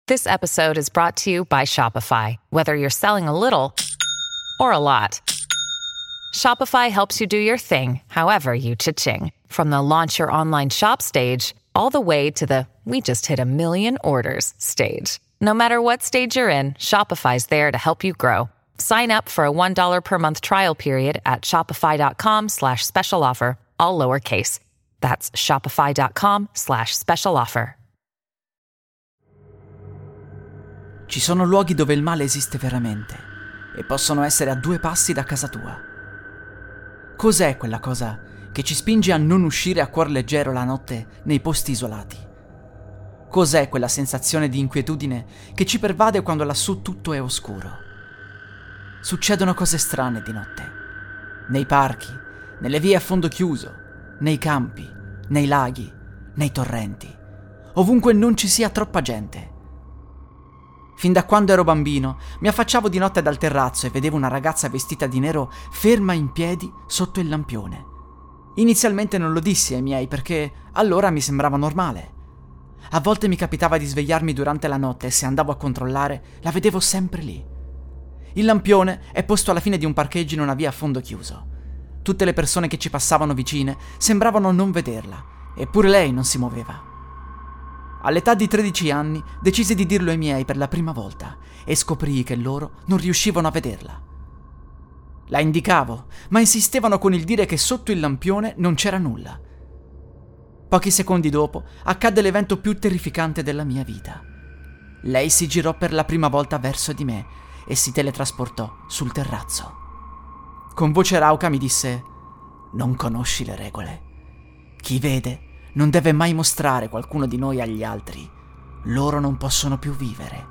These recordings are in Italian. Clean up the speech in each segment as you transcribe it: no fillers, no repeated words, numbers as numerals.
This episode is brought to you by Shopify. Whether you're selling a little or a lot, Shopify helps you do your thing, however you cha-ching. From the launch your online shop stage, all the way to the we just hit 1 million orders stage. No matter what stage you're in, Shopify's there to help you grow. Sign up for a $1 per month trial period at shopify.com/special offer, all lowercase. That's shopify.com/special offer. Ci sono luoghi dove il male esiste veramente e possono essere a 2 passi da casa tua. Cos'è quella cosa che ci spinge a non uscire a cuor leggero la notte nei posti isolati? Cos'è quella sensazione di inquietudine che ci pervade quando lassù tutto è oscuro? Succedono cose strane di notte. Nei parchi, nelle vie a fondo chiuso, nei campi, nei laghi, nei torrenti, ovunque non ci sia troppa gente. Fin da quando ero bambino mi affacciavo di notte dal terrazzo e vedevo una ragazza vestita di nero ferma in piedi sotto il lampione. Inizialmente non lo dissi ai miei perché allora mi sembrava normale. A volte mi capitava di svegliarmi durante la notte e se andavo a controllare la vedevo sempre lì. Il lampione è posto alla fine di un parcheggio in una via a fondo chiuso. Tutte le persone che ci passavano vicine sembravano non vederla, eppure lei non si muoveva. All'età di 13 anni decisi di dirlo ai miei per la prima volta e scoprii che loro non riuscivano a vederla. La indicavo, ma insistevano con il dire che sotto il lampione non c'era nulla. Pochi secondi dopo accadde l'evento più terrificante della mia vita. Lei si girò per la prima volta verso di me e si teletrasportò sul terrazzo. Con voce rauca mi disse: «Non conosci le regole. Chi vede non deve mai mostrare qualcuno di noi agli altri. Loro non possono più vivere».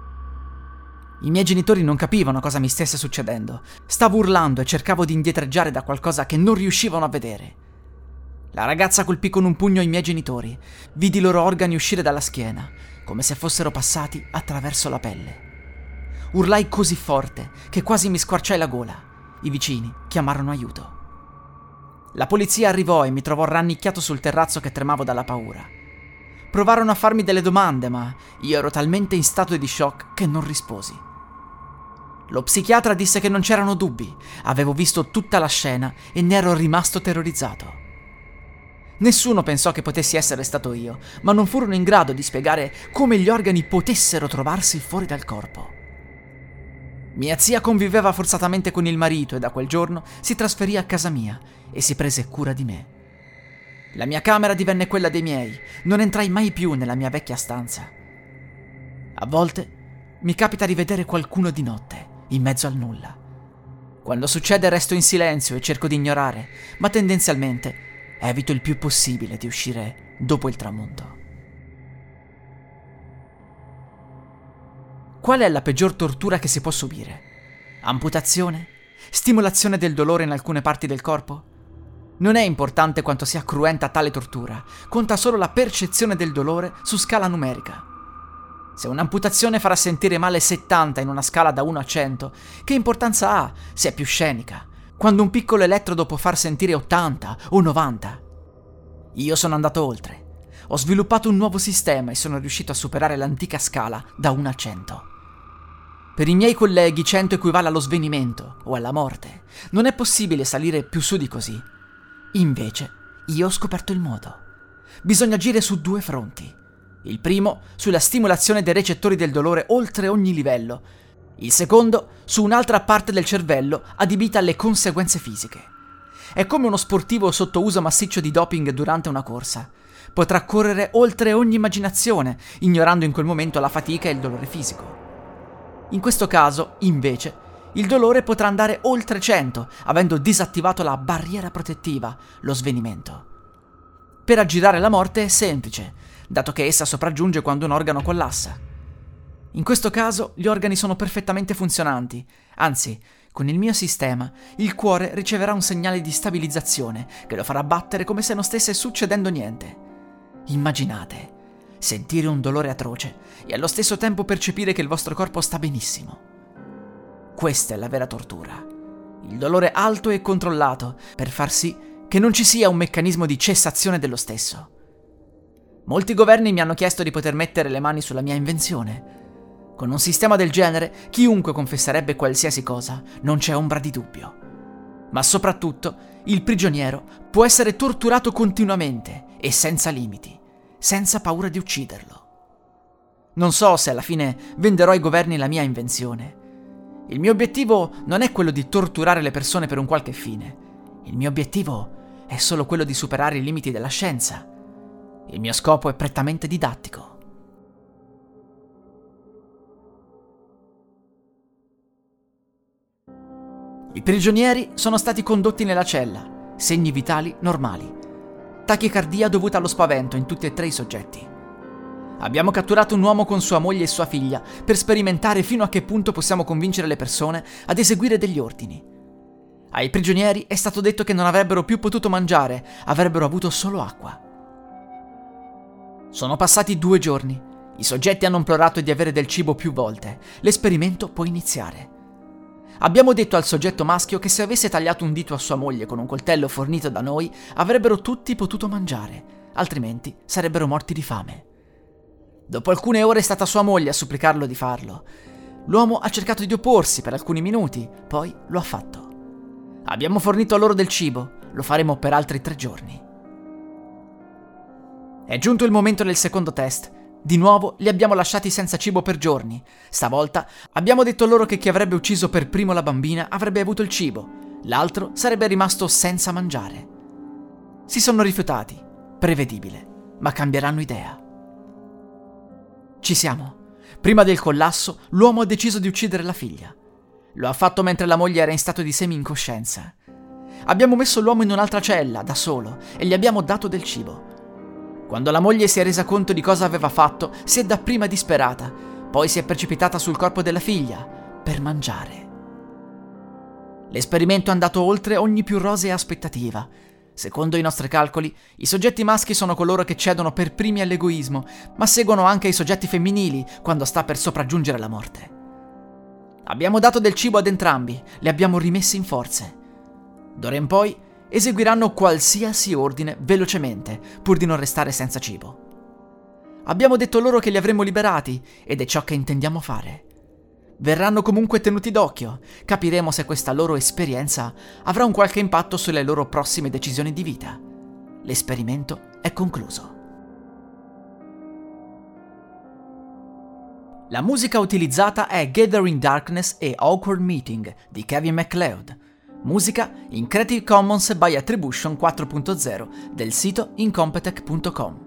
I miei genitori non capivano cosa mi stesse succedendo. Stavo urlando e cercavo di indietreggiare da qualcosa che non riuscivano a vedere. La ragazza colpì con un pugno i miei genitori. Vidi i loro organi uscire dalla schiena, come se fossero passati attraverso la pelle. Urlai così forte che quasi mi squarciai la gola. I vicini chiamarono aiuto. La polizia arrivò e mi trovò rannicchiato sul terrazzo che tremavo dalla paura. Provarono a farmi delle domande, ma io ero talmente in stato di shock che non risposi. Lo psichiatra disse che non c'erano dubbi, avevo visto tutta la scena e ne ero rimasto terrorizzato. Nessuno pensò che potessi essere stato io, ma non furono in grado di spiegare come gli organi potessero trovarsi fuori dal corpo. Mia zia conviveva forzatamente con il marito e da quel giorno si trasferì a casa mia e si prese cura di me. La mia camera divenne quella dei miei, non entrai mai più nella mia vecchia stanza. A volte mi capita di vedere qualcuno di notte, in mezzo al nulla. Quando succede resto in silenzio e cerco di ignorare, ma tendenzialmente evito il più possibile di uscire dopo il tramonto. Qual è la peggior tortura che si può subire? Amputazione? Stimolazione del dolore in alcune parti del corpo? Non è importante quanto sia cruenta tale tortura, conta solo la percezione del dolore su scala numerica. Se un'amputazione farà sentire male 70 in una scala da 1 a 100, che importanza ha se è più scenica, quando un piccolo elettrodo può far sentire 80 o 90? Io sono andato oltre. Ho sviluppato un nuovo sistema e sono riuscito a superare l'antica scala da 1 a 100. Per i miei colleghi 100 equivale allo svenimento o alla morte. Non è possibile salire più su di così. Invece, io ho scoperto il modo. Bisogna agire su 2 fronti. Il primo, sulla stimolazione dei recettori del dolore oltre ogni livello. Il secondo, su un'altra parte del cervello adibita alle conseguenze fisiche. È come uno sportivo sotto uso massiccio di doping durante una corsa. Potrà correre oltre ogni immaginazione, ignorando in quel momento la fatica e il dolore fisico. In questo caso, invece, il dolore potrà andare oltre 100, avendo disattivato la barriera protettiva, lo svenimento. Per aggirare la morte è semplice, dato che essa sopraggiunge quando un organo collassa. In questo caso gli organi sono perfettamente funzionanti, anzi, con il mio sistema, il cuore riceverà un segnale di stabilizzazione che lo farà battere come se non stesse succedendo niente. Immaginate, sentire un dolore atroce e allo stesso tempo percepire che il vostro corpo sta benissimo. Questa è la vera tortura. Il dolore alto e controllato per far sì che non ci sia un meccanismo di cessazione dello stesso. Molti governi mi hanno chiesto di poter mettere le mani sulla mia invenzione. Con un sistema del genere, chiunque confesserebbe qualsiasi cosa, non c'è ombra di dubbio. Ma soprattutto, il prigioniero può essere torturato continuamente e senza limiti, senza paura di ucciderlo. Non so se alla fine venderò ai governi la mia invenzione. Il mio obiettivo non è quello di torturare le persone per un qualche fine. Il mio obiettivo è solo quello di superare i limiti della scienza. Il mio scopo è prettamente didattico. I prigionieri sono stati condotti nella cella, segni vitali normali. Tachicardia dovuta allo spavento in tutti e 3 i soggetti. Abbiamo catturato un uomo con sua moglie e sua figlia per sperimentare fino a che punto possiamo convincere le persone ad eseguire degli ordini. Ai prigionieri è stato detto che non avrebbero più potuto mangiare, avrebbero avuto solo acqua. Sono passati 2 giorni. I soggetti hanno implorato di avere del cibo più volte. L'esperimento può iniziare. Abbiamo detto al soggetto maschio che se avesse tagliato un dito a sua moglie con un coltello fornito da noi, avrebbero tutti potuto mangiare, altrimenti sarebbero morti di fame. Dopo alcune ore è stata sua moglie a supplicarlo di farlo. L'uomo ha cercato di opporsi per alcuni minuti, poi lo ha fatto. Abbiamo fornito loro del cibo, lo faremo per altri 3 giorni. È giunto il momento del secondo test. Di nuovo li abbiamo lasciati senza cibo per giorni. Stavolta abbiamo detto loro che chi avrebbe ucciso per primo la bambina avrebbe avuto il cibo, l'altro sarebbe rimasto senza mangiare. Si sono rifiutati, prevedibile, ma cambieranno idea. Ci siamo. Prima del collasso, l'uomo ha deciso di uccidere la figlia. Lo ha fatto mentre la moglie era in stato di semi-incoscienza. Abbiamo messo l'uomo in un'altra cella, da solo, e gli abbiamo dato del cibo. Quando la moglie si è resa conto di cosa aveva fatto, si è dapprima disperata, poi si è precipitata sul corpo della figlia per mangiare. L'esperimento è andato oltre ogni più rosea aspettativa. Secondo i nostri calcoli, i soggetti maschi sono coloro che cedono per primi all'egoismo, ma seguono anche i soggetti femminili quando sta per sopraggiungere la morte. Abbiamo dato del cibo ad entrambi, li abbiamo rimessi in forze. D'ora in poi eseguiranno qualsiasi ordine velocemente, pur di non restare senza cibo. Abbiamo detto loro che li avremmo liberati, ed è ciò che intendiamo fare. Verranno comunque tenuti d'occhio, capiremo se questa loro esperienza avrà un qualche impatto sulle loro prossime decisioni di vita. L'esperimento è concluso. La musica utilizzata è Gathering Darkness e Awkward Meeting di Kevin MacLeod. Musica in Creative Commons by Attribution 4.0 del sito incompetech.com.